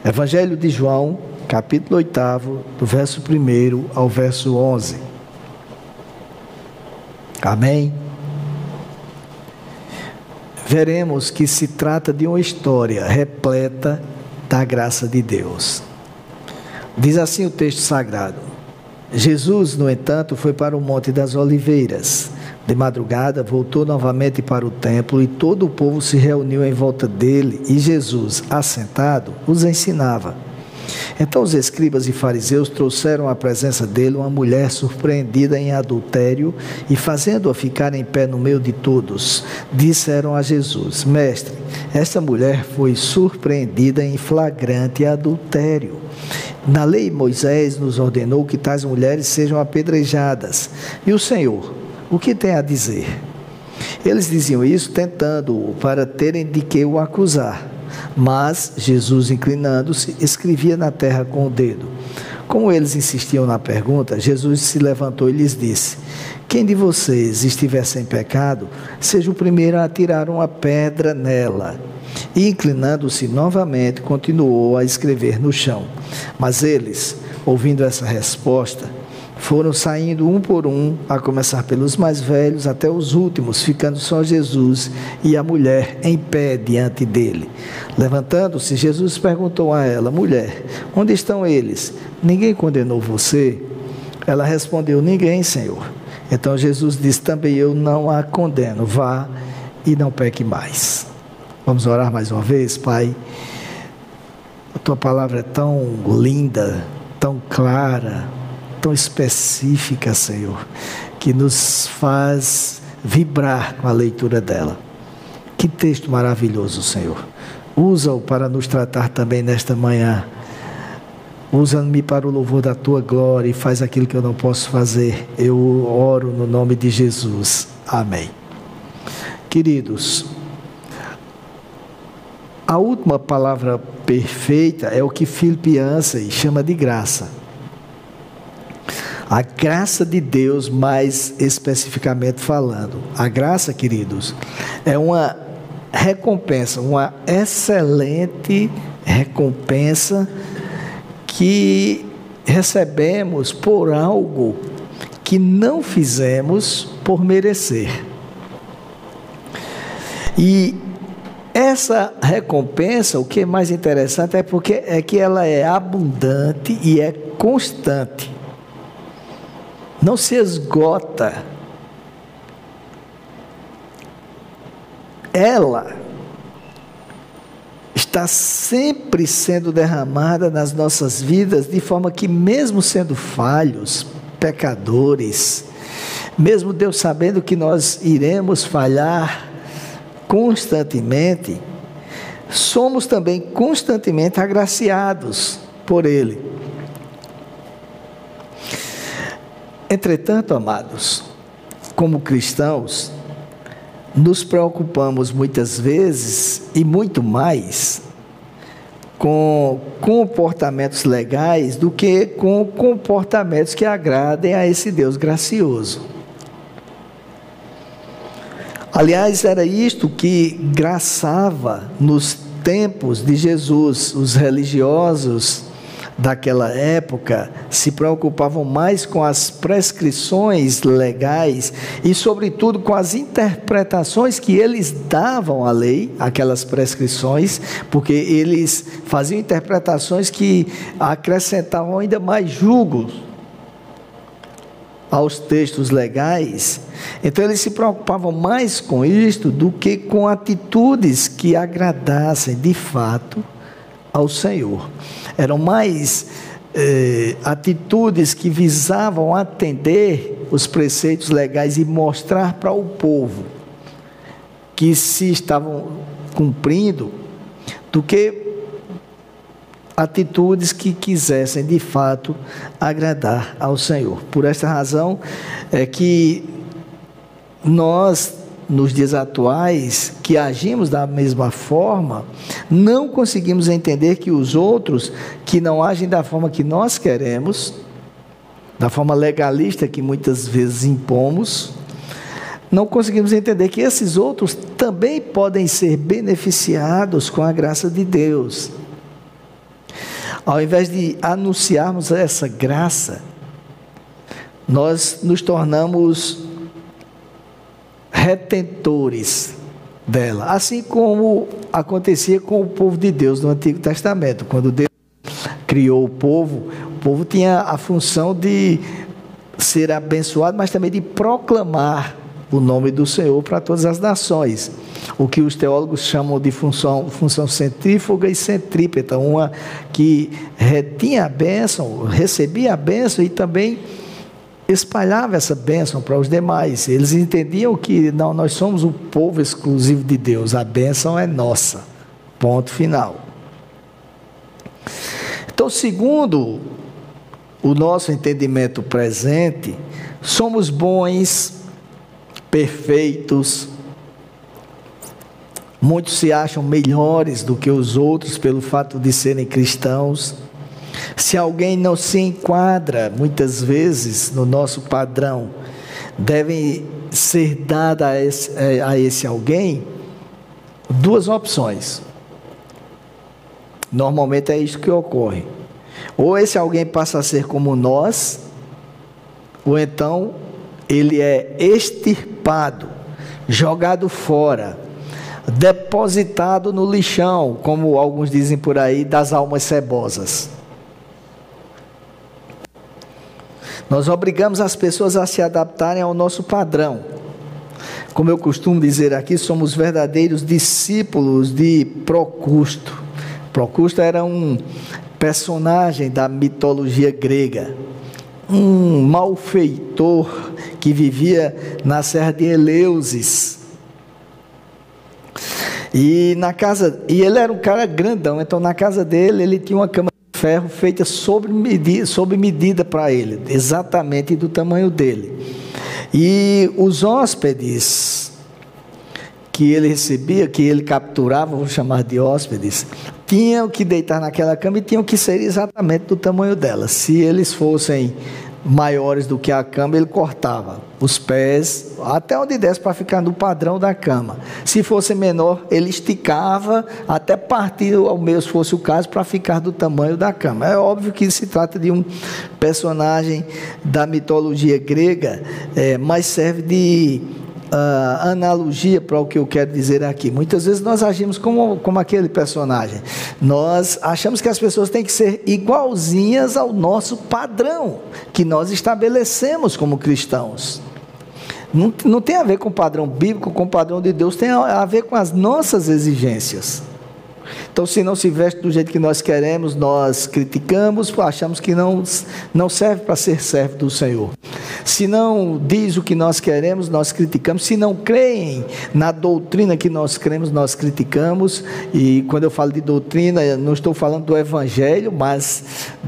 Evangelho de João, capítulo 8, do verso 1 ao verso 11. Amém? Veremos que se trata de uma história repleta da graça de Deus. Diz assim o texto sagrado: Jesus, no entanto, foi para o Monte das Oliveiras. De madrugada, voltou novamente para o templo e todo o povo se reuniu em volta dele e Jesus, assentado, os ensinava. Então os escribas e fariseus trouxeram à presença dele uma mulher surpreendida em adultério e, fazendo-a ficar em pé no meio de todos, disseram a Jesus: Mestre, esta mulher foi surpreendida em flagrante adultério. Na lei, Moisés nos ordenou que tais mulheres sejam apedrejadas. E o Senhor, o que tem a dizer? Eles diziam isso tentando-o para terem de que o acusar. Mas Jesus, inclinando-se, escrevia na terra com o dedo. Como eles insistiam na pergunta, Jesus se levantou e lhes disse: Quem de vocês estiver sem pecado, seja o primeiro a atirar uma pedra nela. E, inclinando-se novamente, continuou a escrever no chão. Mas eles, ouvindo essa resposta, foram saindo um por um, a começar pelos mais velhos até os últimos, ficando só Jesus e a mulher em pé diante dele. Levantando-se, Jesus perguntou a ela: Mulher, onde estão eles? Ninguém condenou você? Ela respondeu: Ninguém, Senhor. Então Jesus disse: Também eu não a condeno. Vá e não peque mais. Vamos orar mais uma vez, Pai. A tua palavra é tão linda, tão clara, tão específica, Senhor, que nos faz vibrar com a leitura dela. Que texto maravilhoso, Senhor. Usa-o para nos tratar também nesta manhã. Usa-me para o louvor da tua glória e faz aquilo que eu não posso fazer. Eu oro no nome de Jesus. Amém. Queridos, a última palavra perfeita é o que Philip Yancey chama de graça. A graça de Deus, mais especificamente falando. A graça, queridos, é uma recompensa, uma excelente recompensa que recebemos por algo que não fizemos por merecer. E essa recompensa, o que é mais interessante é que ela é abundante e é constante. Não se esgota. Ela está sempre sendo derramada nas nossas vidas, de forma que, mesmo sendo falhos, pecadores, mesmo Deus sabendo que nós iremos falhar constantemente, somos também constantemente agraciados por Ele. Entretanto, amados, como cristãos, nos preocupamos muitas vezes e muito mais com comportamentos legais do que com comportamentos que agradem a esse Deus gracioso. Aliás, era isto que graçava nos tempos de Jesus. Os religiosos daquela época se preocupavam mais com as prescrições legais e, sobretudo, com as interpretações que eles davam à lei, aquelas prescrições, porque eles faziam interpretações que acrescentavam ainda mais julgos aos textos legais. Então eles se preocupavam mais com isto do que com atitudes que agradassem de fato ao Senhor. Eram mais atitudes que visavam atender os preceitos legais e mostrar para o povo que se estavam cumprindo, do que atitudes que quisessem de fato agradar ao Senhor. Por esta razão é que nós, nos dias atuais, que agimos da mesma forma, não conseguimos entender que os outros, que não agem da forma que nós queremos, da forma legalista que muitas vezes impomos, não conseguimos entender que esses outros também podem ser beneficiados com a graça de Deus. Ao invés de anunciarmos essa graça, nós nos tornamos retentores dela, assim como acontecia com o povo de Deus no Antigo Testamento. Quando Deus criou o povo tinha a função de ser abençoado, mas também de proclamar o nome do Senhor para todas as nações, o que os teólogos chamam de função centrífuga e centrípeta, uma que retinha a bênção, recebia a bênção e também espalhava essa bênção para os demais. Eles entendiam que não, nós somos o povo exclusivo de Deus, a bênção é nossa, ponto final. Então, segundo o nosso entendimento presente, somos bons, perfeitos, muitos se acham melhores do que os outros pelo fato de serem cristãos. Se alguém não se enquadra, muitas vezes, no nosso padrão, deve ser dada a esse alguém duas opções. Normalmente é isso que ocorre. Ou esse alguém passa a ser como nós, ou então ele é extirpado, jogado fora, depositado no lixão, como alguns dizem por aí, das almas cebosas. Nós obrigamos as pessoas a se adaptarem ao nosso padrão. Como eu costumo dizer aqui, somos verdadeiros discípulos de Procusto. Procusto era um personagem da mitologia grega, um malfeitor que vivia na serra de Eleusis. E ele era um cara grandão, então na casa dele ele tinha uma cama de ferro feita sob medida para ele, exatamente do tamanho dele. E os hóspedes que ele recebia, que ele capturava, vou chamar de hóspedes, tinham que deitar naquela cama e tinham que ser exatamente do tamanho dela. Se eles fossem maiores do que a cama, ele cortava os pés até onde desse para ficar no padrão da cama. Se fosse menor, ele esticava até partir ao meio, se fosse o caso, para ficar do tamanho da cama. É óbvio que se trata de um personagem da mitologia grega, mas serve de analogia para o que eu quero dizer aqui. Muitas vezes nós agimos como aquele personagem. Nós achamos que as pessoas têm que ser igualzinhas ao nosso padrão que nós estabelecemos como cristãos. Não tem a ver com o padrão bíblico, com o padrão de Deus, tem a ver com as nossas exigências. Então, se não se veste do jeito que nós queremos, nós criticamos, achamos que não serve para ser servo do Senhor. Se não diz o que nós queremos, nós criticamos. Se não creem na doutrina que nós cremos, nós criticamos. E quando eu falo de doutrina, eu não estou falando do Evangelho, mas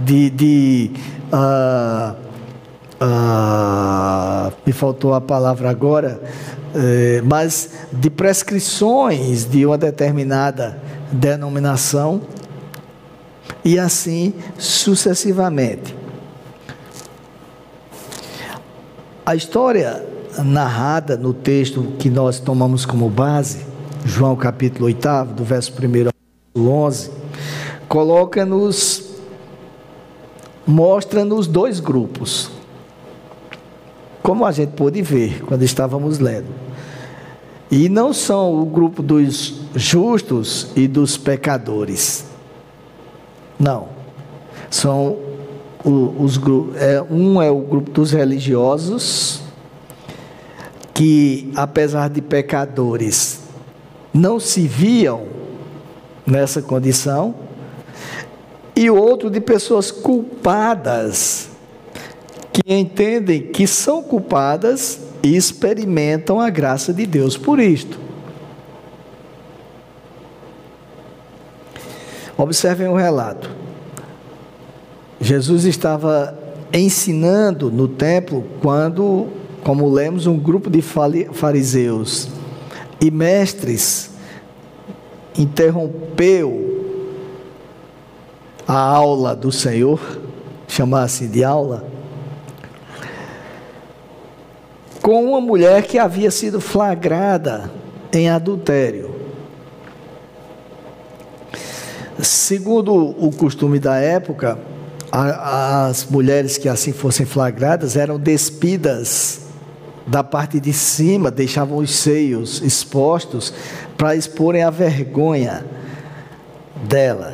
me faltou a palavra agora, mas de prescrições de uma determinada denominação, e assim sucessivamente. A história narrada no texto que nós tomamos como base, João capítulo 8, do verso 1 ao 11, mostra-nos dois grupos, como a gente pôde ver quando estávamos lendo. E não são o grupo dos justos e dos pecadores. Não. São os grupos. Um é o grupo dos religiosos, que apesar de pecadores, não se viam nessa condição. E o outro de pessoas culpadas, que entendem que são culpadas e experimentam a graça de Deus por isto. Observem o relato. Jesus estava ensinando no templo quando, como lemos, um grupo de fariseus e mestres interrompeu a aula do Senhor, chamar-se de aula, com uma mulher que havia sido flagrada em adultério. Segundo o costume da época, as mulheres que assim fossem flagradas eram despidas da parte de cima, deixavam os seios expostos para exporem a vergonha dela.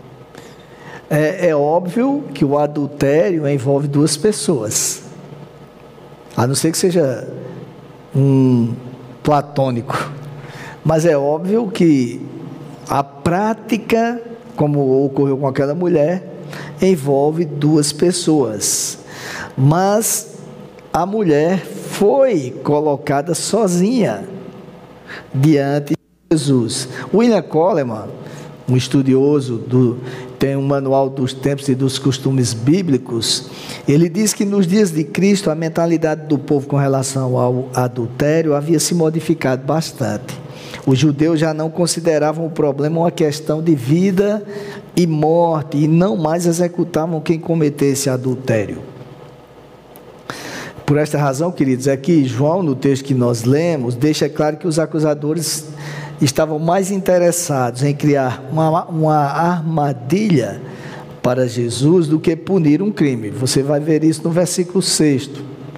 É óbvio que o adultério envolve duas pessoas, a não ser que seja um platônico, mas é óbvio que a prática, como ocorreu com aquela mulher, envolve duas pessoas, mas a mulher foi colocada sozinha diante de Jesus. William Coleman, um estudioso tem um manual dos tempos e dos costumes bíblicos, ele diz que nos dias de Cristo a mentalidade do povo com relação ao adultério havia se modificado bastante. Os judeus já não consideravam o problema uma questão de vida e morte e não mais executavam quem cometesse adultério. Por esta razão, queridos, é que João, no texto que nós lemos, deixa claro que os acusadores estavam mais interessados em criar uma armadilha para Jesus do que punir um crime. Você vai ver isso no versículo 6.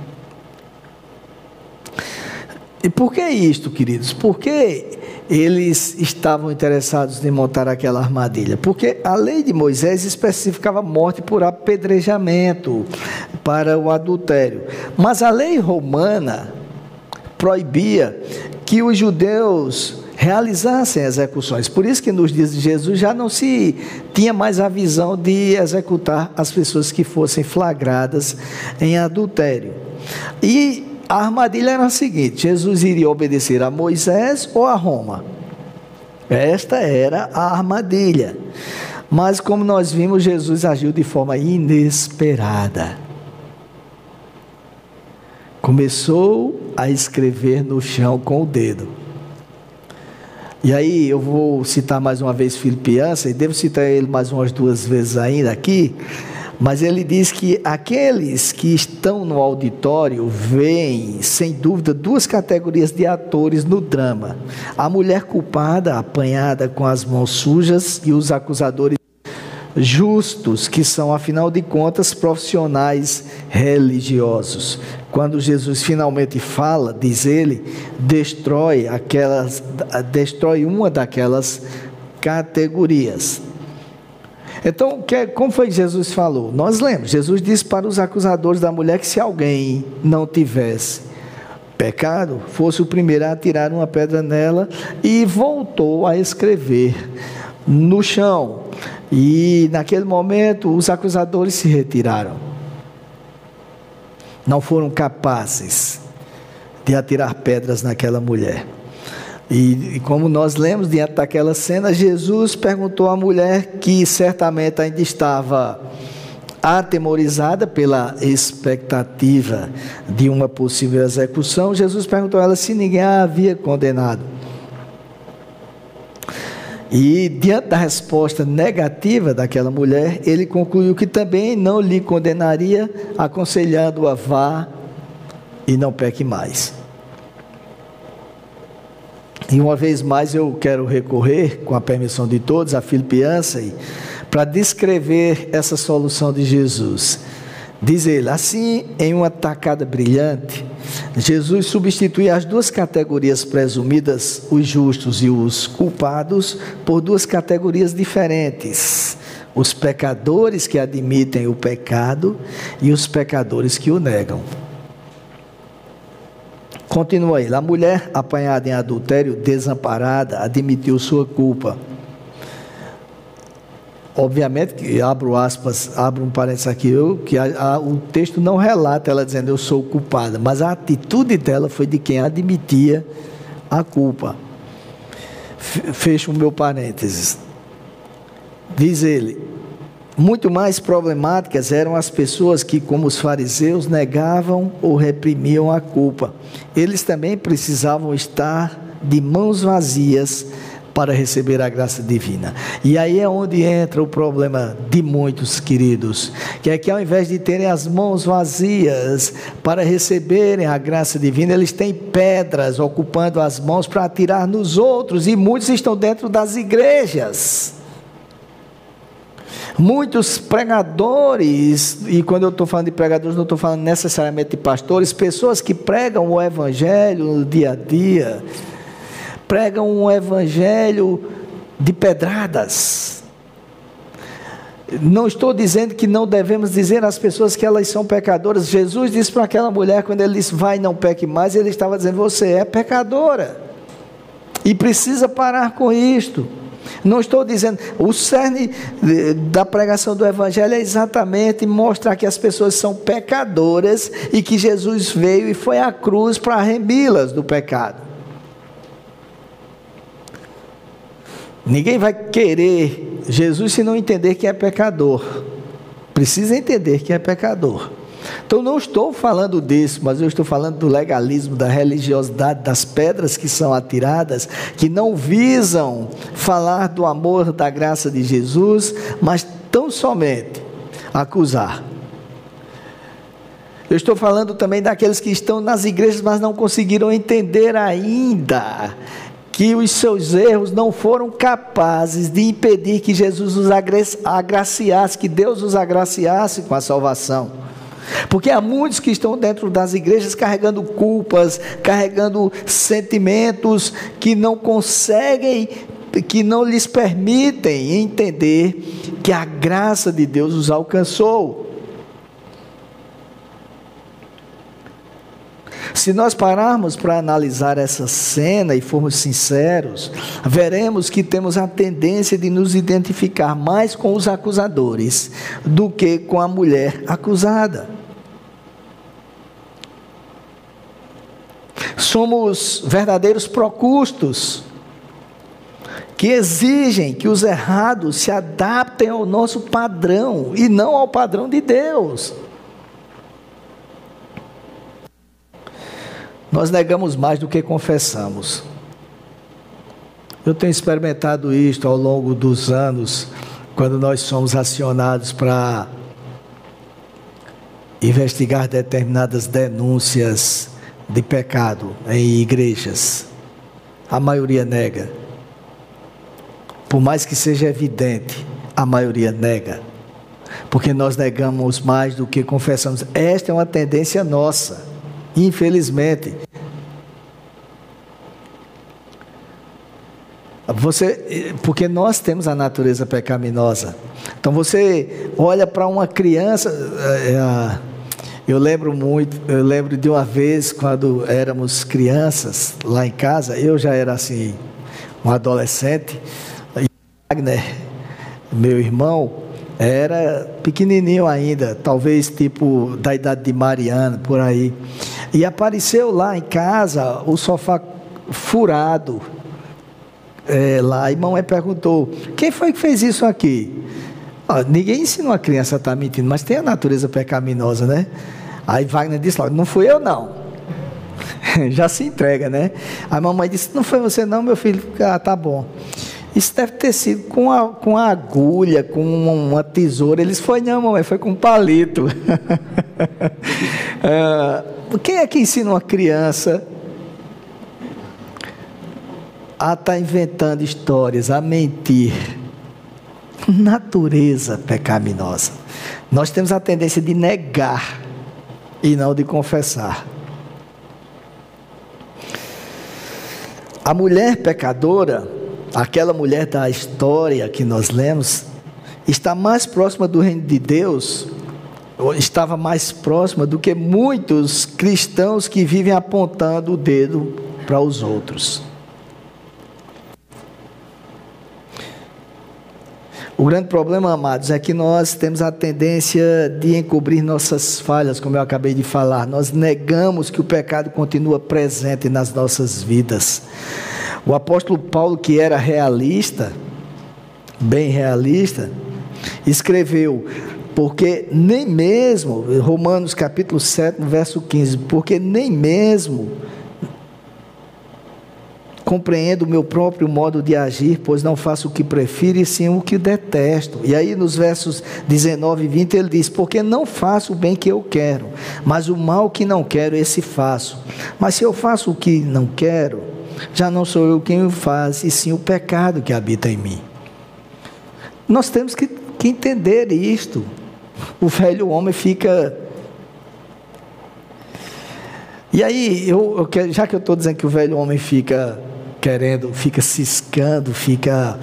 E por que isto, queridos? Por que eles estavam interessados em montar aquela armadilha? Porque a lei de Moisés especificava morte por apedrejamento para o adultério. Mas a lei romana proibia que os judeus realizassem execuções. Por isso que nos dias de Jesus já não se tinha mais a visão de executar as pessoas que fossem flagradas em adultério. E a armadilha era a seguinte: Jesus iria obedecer a Moisés ou a Roma? Esta era a armadilha. Mas como nós vimos, Jesus agiu de forma inesperada. Começou a escrever no chão com o dedo. E aí eu vou citar mais uma vez Filipe Yancey, devo citar ele mais umas 2 vezes ainda aqui, mas ele diz que aqueles que estão no auditório veem, sem dúvida, 2 categorias de atores no drama: a mulher culpada, apanhada com as mãos sujas, e os acusadores justos, que são, afinal de contas, profissionais religiosos. Quando Jesus finalmente fala, diz ele, destrói uma daquelas categorias. Então, como foi que Jesus falou? Nós lemos, Jesus disse para os acusadores da mulher que se alguém não tivesse pecado, fosse o primeiro a atirar uma pedra nela, e voltou a escrever no chão. E naquele momento os acusadores se retiraram. Não foram capazes de atirar pedras naquela mulher. E como nós lemos diante daquela cena, Jesus perguntou à mulher, que certamente ainda estava atemorizada pela expectativa de uma possível execução, Jesus perguntou a ela se ninguém a havia condenado. E diante da resposta negativa daquela mulher, ele concluiu que também não lhe condenaria, aconselhando-a: vá e não peque mais. E uma vez mais eu quero recorrer, com a permissão de todos, a Filipe Yancey, para descrever essa solução de Jesus. Diz ele: assim, em uma tacada brilhante, Jesus substitui as 2 categorias presumidas, os justos e os culpados, por 2 categorias diferentes: os pecadores que admitem o pecado e os pecadores que o negam. Continua ele: a mulher apanhada em adultério, desamparada, admitiu sua culpa. Obviamente que abro um parênteses aqui, o texto não relata ela dizendo eu sou culpada, mas a atitude dela foi de quem admitia a culpa. Fecho o meu parênteses. Diz ele: muito mais problemáticas eram as pessoas que, como os fariseus, negavam ou reprimiam a culpa. Eles também precisavam estar de mãos vazias para receber a graça divina. E aí é onde entra o problema de muitos, queridos, que é que ao invés de terem as mãos vazias para receberem a graça divina, eles têm pedras ocupando as mãos para atirar nos outros, e muitos estão dentro das igrejas. Muitos pregadores, e quando eu estou falando de pregadores, não estou falando necessariamente de pastores, pessoas que pregam o evangelho no dia a dia, pregam um evangelho de pedradas. Não estou dizendo que não devemos dizer às pessoas que elas são pecadoras. Jesus disse para aquela mulher, quando ele disse, vai, não peque mais, ele estava dizendo, você é pecadora, e precisa parar com isto. Não estou dizendo, o cerne da pregação do evangelho é exatamente mostrar que as pessoas são pecadoras, e que Jesus veio e foi à cruz para remi-las do pecado. Ninguém vai querer Jesus se não entender que é pecador. Precisa entender que é pecador. Então não estou falando disso, mas eu estou falando do legalismo, da religiosidade, das pedras que são atiradas, que não visam falar do amor, da graça de Jesus, mas tão somente acusar. Eu estou falando também daqueles que estão nas igrejas, mas não conseguiram entender ainda que os seus erros não foram capazes de impedir que Jesus os agraciasse, que Deus os agraciasse com a salvação. Porque há muitos que estão dentro das igrejas carregando culpas, carregando sentimentos que não conseguem, que não lhes permitem entender que a graça de Deus os alcançou. Se nós pararmos para analisar essa cena e formos sinceros, veremos que temos a tendência de nos identificar mais com os acusadores do que com a mulher acusada. Somos verdadeiros procustos, que exigem que os errados se adaptem ao nosso padrão e não ao padrão de Deus. Nós negamos mais do que confessamos. Eu tenho experimentado isto ao longo dos anos, quando nós somos acionados para investigar determinadas denúncias de pecado em igrejas. A maioria nega. Por mais que seja evidente, a maioria nega. Porque nós negamos mais do que confessamos. Esta é uma tendência nossa. Infelizmente, porque nós temos a natureza pecaminosa. Então você olha para uma criança, eu lembro de uma vez quando éramos crianças lá em casa, eu já era assim, um adolescente, e Wagner, meu irmão, era pequenininho ainda, talvez tipo da idade de Mariana, por aí. E apareceu lá em casa o sofá furado. Lá, e mamãe perguntou, quem foi que fez isso aqui? Ninguém ensina uma criança a estar mentindo, mas tem a natureza pecaminosa, né? Aí Wagner disse logo, não fui eu não. Já se entrega, né? Aí mamãe disse, não foi você não, meu filho. Tá bom. Isso deve ter sido com a agulha, com uma tesoura. Eles foi não, mamãe, foi com um palito. Quem é que ensina uma criança a estar inventando histórias, a mentir? Natureza pecaminosa. Nós temos a tendência de negar e não de confessar. A mulher pecadora, aquela mulher da história que nós lemos, está mais próxima do reino de Deus, ou estava mais próxima do que muitos cristãos que vivem apontando o dedo para os outros. O grande problema, amados, é que nós temos a tendência de encobrir nossas falhas, como eu acabei de falar. Nós negamos que o pecado continua presente nas nossas vidas. O apóstolo Paulo, que era realista, bem realista, escreveu, porque nem mesmo, Romanos capítulo 7, verso 15, porque nem mesmo compreendo o meu próprio modo de agir, pois não faço o que prefiro, e sim o que detesto. E aí nos versos 19 e 20 ele diz, porque não faço o bem que eu quero, mas o mal que não quero, esse faço. Mas se eu faço o que não quero, já não sou eu quem o faz, e sim o pecado que habita em mim. Nós temos que que entender isto. O velho homem fica... E aí, já que eu estou dizendo que o velho homem fica querendo, fica ciscando, fica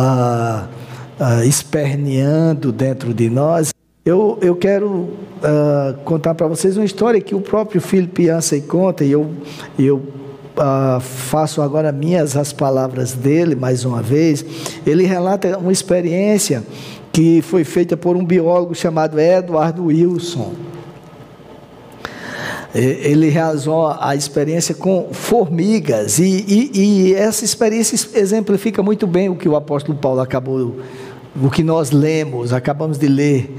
esperneando dentro de nós, eu quero contar para vocês uma história que o próprio Philip Yancey conta, e eu faço agora minhas as palavras dele, mais uma vez. Ele relata uma experiência que foi feita por um biólogo chamado Edward Wilson. Ele realizou a experiência com formigas, e essa experiência exemplifica muito bem o que o apóstolo Paulo o que nós acabamos de ler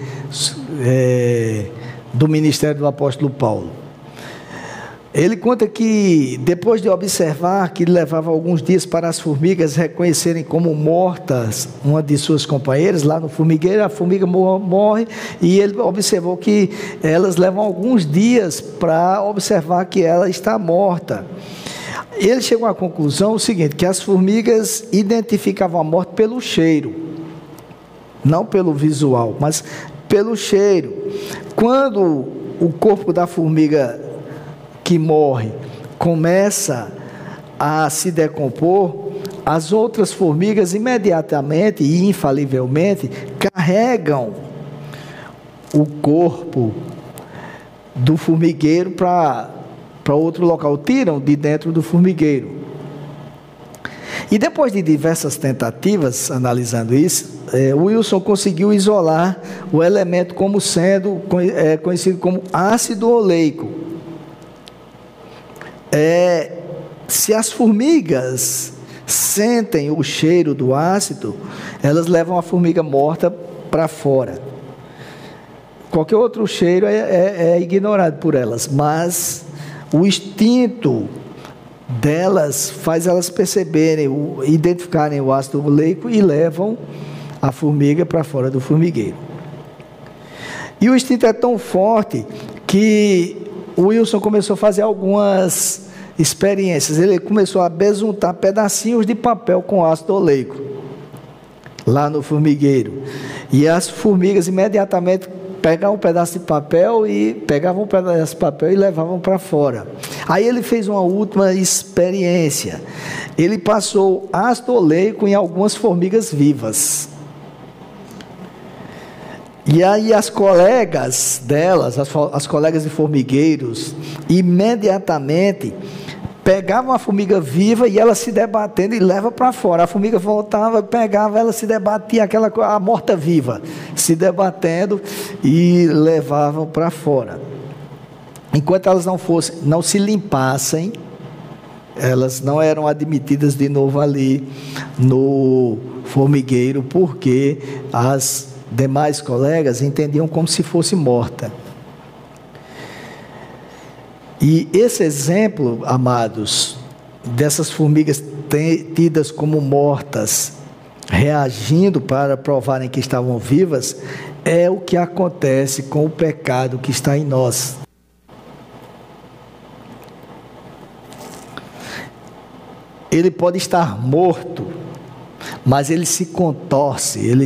do ministério do apóstolo Paulo. Ele conta que, depois de observar que levava alguns dias para as formigas reconhecerem como mortas uma de suas companheiras, lá no formigueiro, a formiga morre, e ele observou que elas levam alguns dias para observar que ela está morta. Ele chegou à conclusão seguinte, que as formigas identificavam a morte pelo cheiro, não pelo visual, mas pelo cheiro. Quando o corpo da formiga que morre começa a se decompor, as outras formigas imediatamente e infalivelmente carregam o corpo do formigueiro para outro local, tiram de dentro do formigueiro. E depois de diversas tentativas analisando isso, Wilson conseguiu isolar o elemento como sendo conhecido como ácido oleico. Se as formigas sentem o cheiro do ácido, elas levam a formiga morta para fora. Qualquer outro cheiro é ignorado por elas, mas o instinto delas faz elas perceberem, identificarem o ácido oleico e levam a formiga para fora do formigueiro. E o instinto é tão forte que o Wilson começou a fazer algumas experiências. Ele começou a besuntar pedacinhos de papel com ácido oleico lá no formigueiro, e as formigas imediatamente pegavam um pedaço de papel e levavam para fora. Aí ele fez uma última experiência. Ele passou ácido oleico em algumas formigas vivas. E aí as colegas delas, as colegas de formigueiros, imediatamente pegavam a formiga viva e ela se debatendo e leva para fora. A formiga voltava, pegava, ela se debatia, a morta-viva, se debatendo e levavam para fora. Enquanto elas não se limpassem, elas não eram admitidas de novo ali no formigueiro, porque as demais colegas entendiam como se fosse morta. E esse exemplo, amados, dessas formigas tidas como mortas, reagindo para provarem que estavam vivas, é o que acontece com o pecado que está em nós. Ele pode estar morto, mas ele se contorce, ele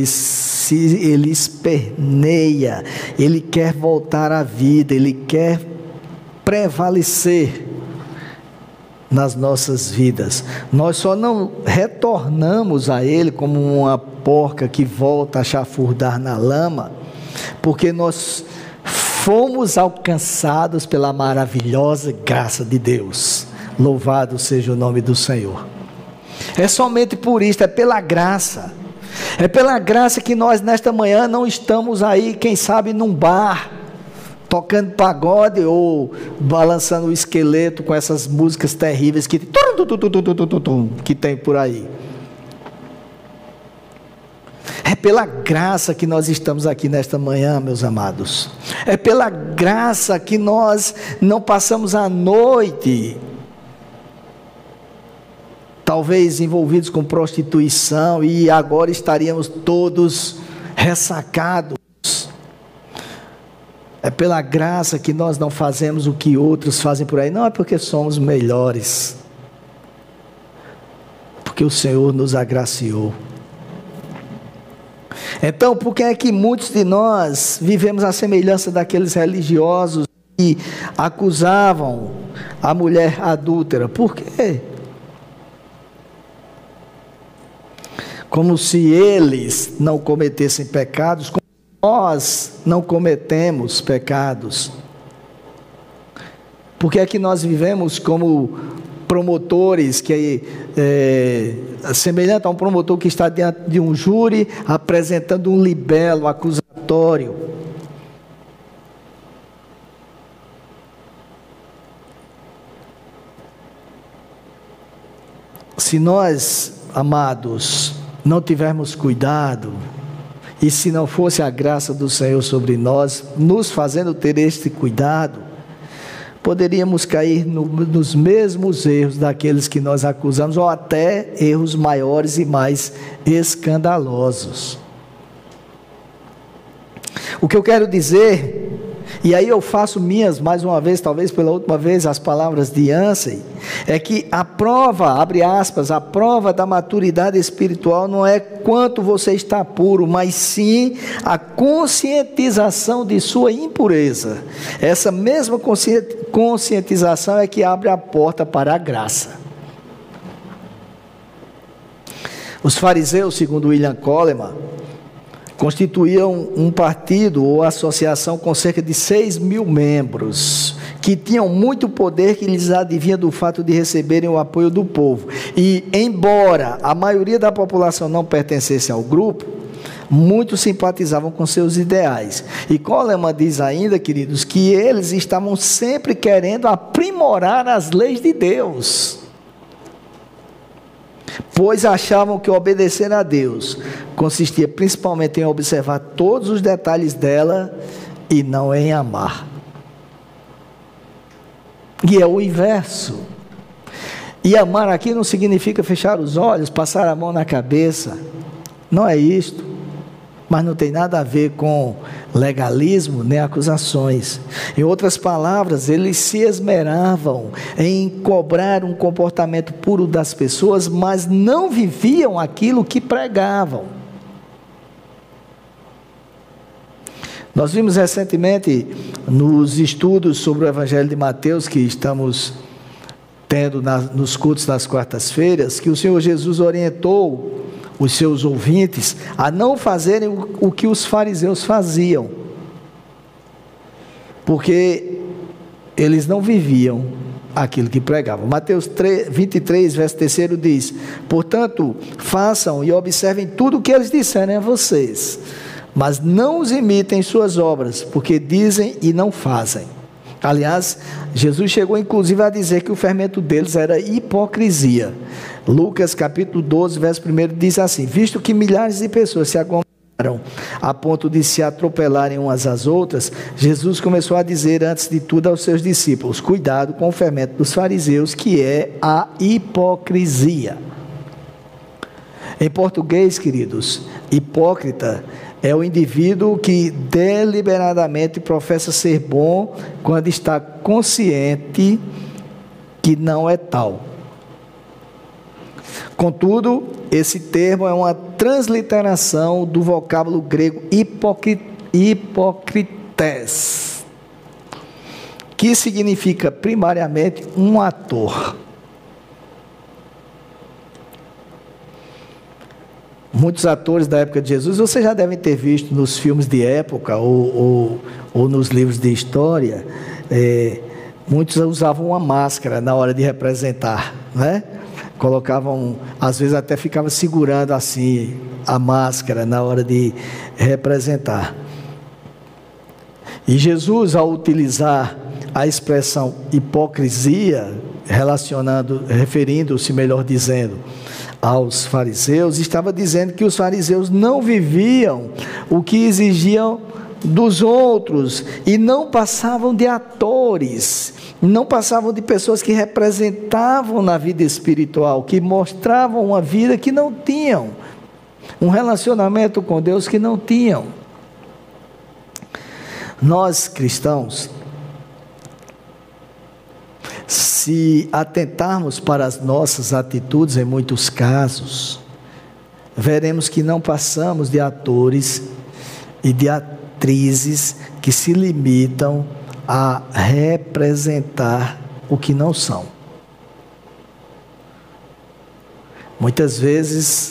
esperneia, ele quer voltar à vida, ele quer prevalecer nas nossas vidas. Nós só não retornamos a ele como uma porca que volta a chafurdar na lama, porque nós fomos alcançados pela maravilhosa graça de Deus. Louvado seja o nome do Senhor. É somente por isso, é pela graça. É pela graça que nós nesta manhã não estamos aí, quem sabe, num bar, tocando pagode ou balançando o esqueleto com essas músicas terríveis que tem por aí. É pela graça que nós estamos aqui nesta manhã, meus amados. É pela graça que nós não passamos a noite talvez envolvidos com prostituição, e agora estaríamos todos ressacados. É pela graça que nós não fazemos o que outros fazem por aí. Não é porque somos melhores, porque o Senhor nos agraciou. Então, por que é que muitos de nós vivemos à semelhança daqueles religiosos que acusavam a mulher adúltera? Por quê? Como se eles não cometessem pecados, como nós não cometemos pecados. Por que é que nós vivemos como promotores, que semelhante a um promotor que está diante de um júri, apresentando um libelo acusatório? Se nós, amados, não tivermos cuidado, e se não fosse a graça do Senhor sobre nós, nos fazendo ter este cuidado, poderíamos cair nos mesmos erros daqueles que nós acusamos, ou até erros maiores e mais escandalosos. O que eu quero dizer, e aí eu faço minhas mais uma vez, talvez pela última vez, as palavras de Ansem, é que a prova, abre aspas, a prova da maturidade espiritual não é quanto você está puro, mas sim a conscientização de sua impureza. Essa mesma conscientização é que abre a porta para a graça. Os fariseus, segundo William Coleman, constituíam um partido ou associação com cerca de 6.000 membros, que tinham muito poder que lhes advinha do fato de receberem o apoio do povo. E, embora a maioria da população não pertencesse ao grupo, muitos simpatizavam com seus ideais. E Coleman diz ainda, queridos, que eles estavam sempre querendo aprimorar as leis de Deus, pois achavam que obedecer a Deus consistia principalmente em observar todos os detalhes dela e não em amar. E é o inverso. E amar aqui não significa fechar os olhos, passar a mão na cabeça. Não é isto. Mas não tem nada a ver com legalismo nem acusações. Em outras palavras, eles se esmeravam em cobrar um comportamento puro das pessoas, mas não viviam aquilo que pregavam. Nós vimos recentemente nos estudos sobre o Evangelho de Mateus, que estamos tendo nos cultos das quartas-feiras, que o Senhor Jesus orientou os seus ouvintes a não fazerem o que os fariseus faziam, porque eles não viviam aquilo que pregavam. Mateus 23, verso 3 diz: portanto, façam e observem tudo o que eles disserem a vocês, mas não os imitem em suas obras, porque dizem e não fazem. Aliás, Jesus chegou inclusive a dizer que o fermento deles era hipocrisia. Lucas capítulo 12, verso 1 diz assim: visto que milhares de pessoas se aglomeraram a ponto de se atropelarem umas às outras, Jesus começou a dizer antes de tudo aos seus discípulos: cuidado com o fermento dos fariseus, que é a hipocrisia. Em português, queridos, hipócrita é o indivíduo que deliberadamente professa ser bom quando está consciente que não é tal. Contudo, esse termo é uma transliteração do vocábulo grego hipocrites, que significa primariamente um ator. Muitos atores da época de Jesus, vocês já devem ter visto nos filmes de época ou nos livros de história, muitos usavam uma máscara na hora de representar, né? Colocavam, às vezes até ficava segurando assim a máscara na hora de representar. E Jesus, ao utilizar a expressão hipocrisia, referindo-se, melhor dizendo, aos fariseus, estava dizendo que os fariseus não viviam o que exigiam dos outros e não passavam de atores, não passavam de pessoas que representavam na vida espiritual, que mostravam uma vida que não tinham, um relacionamento com Deus que não tinham. Nós cristãos, se atentarmos para as nossas atitudes, em muitos casos, veremos que não passamos de atores e de atrizes que se limitam a representar o que não são. Muitas vezes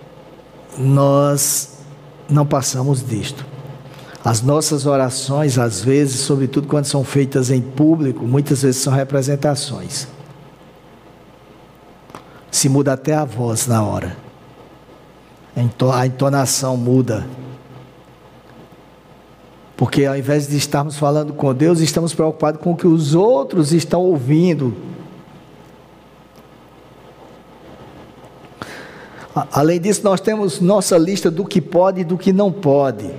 nós não passamos disto. As nossas orações, às vezes, sobretudo quando são feitas em público, muitas vezes são representações. Se muda até a voz na hora. A entonação muda. Porque ao invés de estarmos falando com Deus, estamos preocupados com o que os outros estão ouvindo. Além disso, nós temos nossa lista do que pode e do que não pode.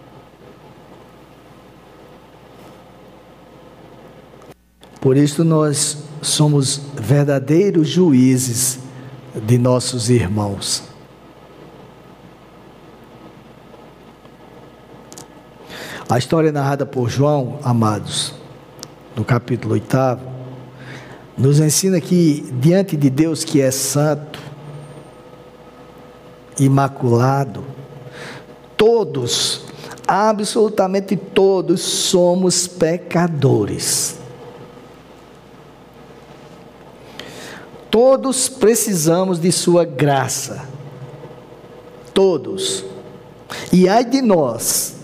Por isso nós somos verdadeiros juízes de nossos irmãos. A história narrada por João, amados, no capítulo 8, nos ensina que diante de Deus que é santo, imaculado, todos, absolutamente todos, somos pecadores. Todos precisamos de sua graça. Todos. E ai de nós,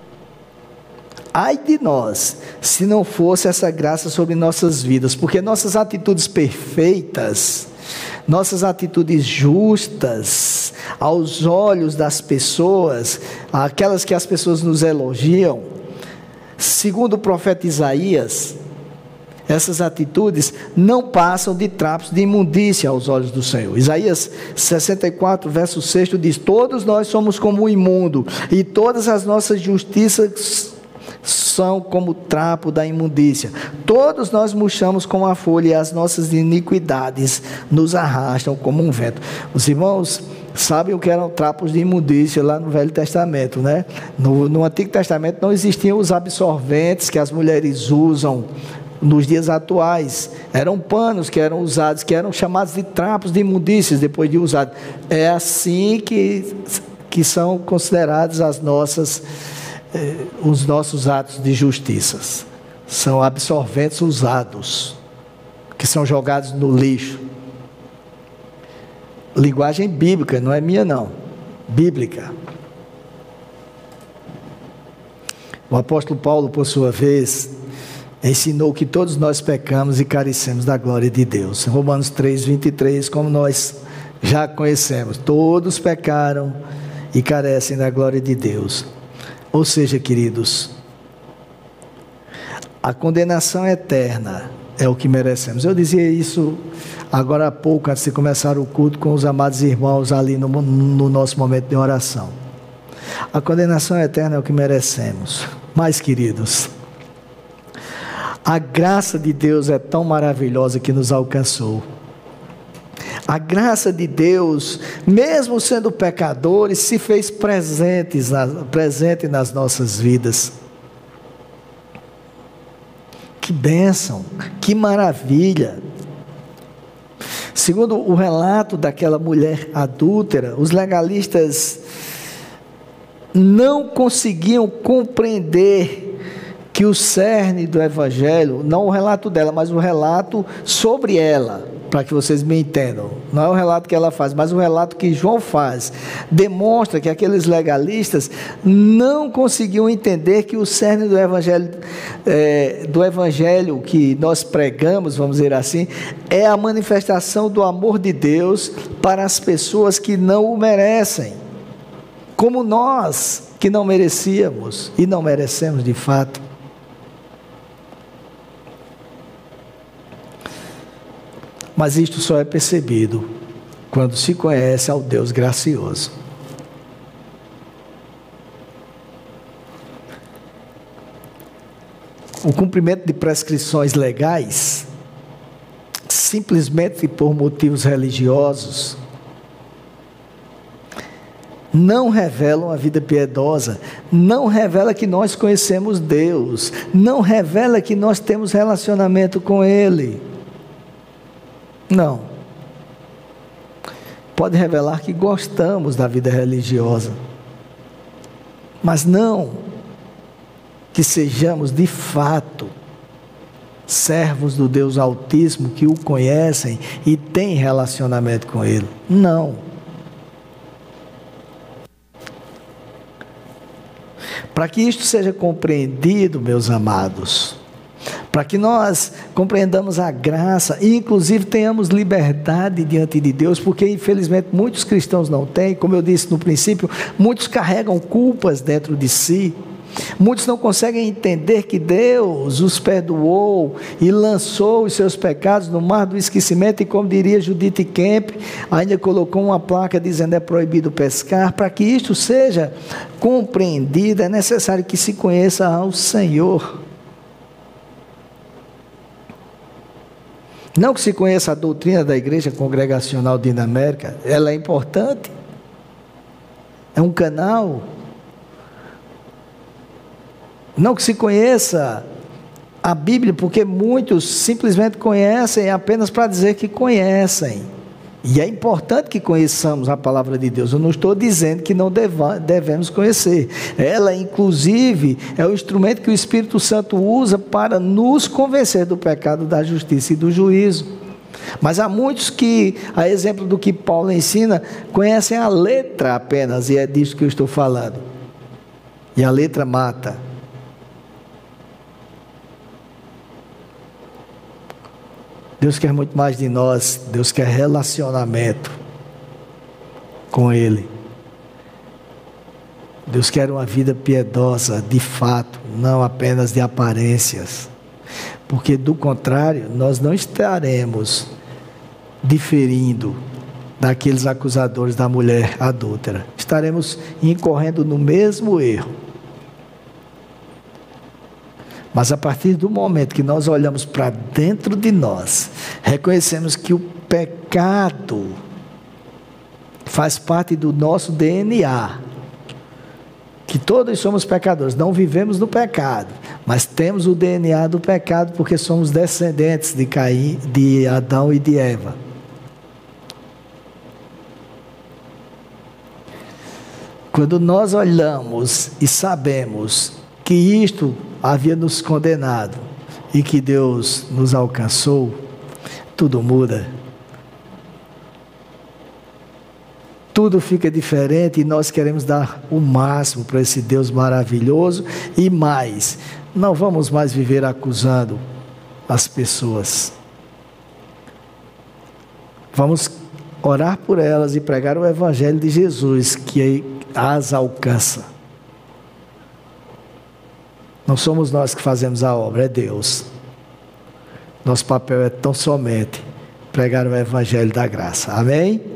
se não fosse essa graça sobre nossas vidas, porque nossas atitudes perfeitas, nossas atitudes justas, aos olhos das pessoas, aquelas que as pessoas nos elogiam, segundo o profeta Isaías, essas atitudes não passam de trapos de imundícia aos olhos do Senhor. Isaías 64, verso 6 diz: todos nós somos como o imundo, e todas as nossas justiças são como o trapo da imundícia. Todos nós murchamos como a folha, e as nossas iniquidades nos arrastam como um vento. Os irmãos sabem o que eram trapos de imundícia lá no Velho Testamento, né? No Antigo Testamento não existiam os absorventes que as mulheres usam nos dias atuais. Eram panos que eram usados, que eram chamados de trapos de imundícias depois de usados. É assim que são considerados os nossos atos de justiça. São absorventes usados, que são jogados no lixo. Linguagem bíblica, não é minha não, bíblica. O apóstolo Paulo, por sua vez, ensinou que todos nós pecamos e carecemos da glória de Deus. Romanos 3, 23, como nós já conhecemos, todos pecaram e carecem da glória de Deus. Ou seja, queridos, a condenação eterna é o que merecemos. Eu dizia isso agora há pouco, antes de começar o culto, com os amados irmãos ali no nosso momento de oração. A condenação eterna é o que merecemos. Mas, queridos, a graça de Deus é tão maravilhosa que nos alcançou. A graça de Deus, mesmo sendo pecadores, se fez presente nas nossas vidas. Que bênção, que maravilha. Segundo o relato daquela mulher adúltera, os legalistas não conseguiam compreender que o cerne do Evangelho, não o relato dela, mas o relato sobre ela, para que vocês me entendam, não é o relato que ela faz, mas o relato que João faz, demonstra que aqueles legalistas não conseguiam entender que o cerne do Evangelho que nós pregamos, vamos dizer assim, é a manifestação do amor de Deus para as pessoas que não o merecem, como nós que não merecíamos e não merecemos de fato. Mas isto só é percebido quando se conhece ao Deus gracioso. O cumprimento de prescrições legais, simplesmente por motivos religiosos, não revela uma vida piedosa, não revela que nós conhecemos Deus, não revela que nós temos relacionamento com Ele. Não. pode revelar que gostamos da vida religiosa, mas não que sejamos de fato servos do Deus Altíssimo, que o conhecem e têm relacionamento com Ele. Não. Para que isto seja compreendido, meus amados, para que nós compreendamos a graça e inclusive tenhamos liberdade diante de Deus, porque infelizmente muitos cristãos não têm, como eu disse no princípio, muitos carregam culpas dentro de si. Muitos não conseguem entender que Deus os perdoou e lançou os seus pecados no mar do esquecimento, e como diria Judith Kemp, ainda colocou uma placa dizendo é proibido pescar. Para que isto seja compreendido, é necessário que se conheça ao Senhor. Não que se conheça a doutrina da Igreja Congregacional Dinamérica, ela é importante, é um canal. Não que se conheça a Bíblia, porque muitos simplesmente conhecem apenas para dizer que conhecem. E é importante que conheçamos a palavra de Deus. Eu não estou dizendo que não devemos conhecer. Ela, inclusive, é o instrumento que o Espírito Santo usa para nos convencer do pecado, da justiça e do juízo. Mas há muitos que, a exemplo do que Paulo ensina, conhecem a letra apenas, e é disso que eu estou falando. E a letra mata. Deus quer muito mais de nós. Deus quer relacionamento com Ele. Deus quer uma vida piedosa, de fato, não apenas de aparências. Porque do contrário, nós não estaremos diferindo daqueles acusadores da mulher adúltera. Estaremos incorrendo no mesmo erro. Mas a partir do momento que nós olhamos para dentro de nós, reconhecemos que o pecado faz parte do nosso DNA, que todos somos pecadores, não vivemos no pecado, mas temos o DNA do pecado porque somos descendentes de Caim, de Adão e de Eva. Quando nós olhamos e sabemos que isto havia nos condenado e que Deus nos alcançou, tudo muda. Tudo fica diferente e nós queremos dar o máximo para esse Deus maravilhoso e mais. Não vamos mais viver acusando as pessoas. Vamos orar por elas e pregar o Evangelho de Jesus, que as alcança. Não somos nós que fazemos a obra, é Deus. Nosso papel é tão somente pregar o Evangelho da graça. Amém?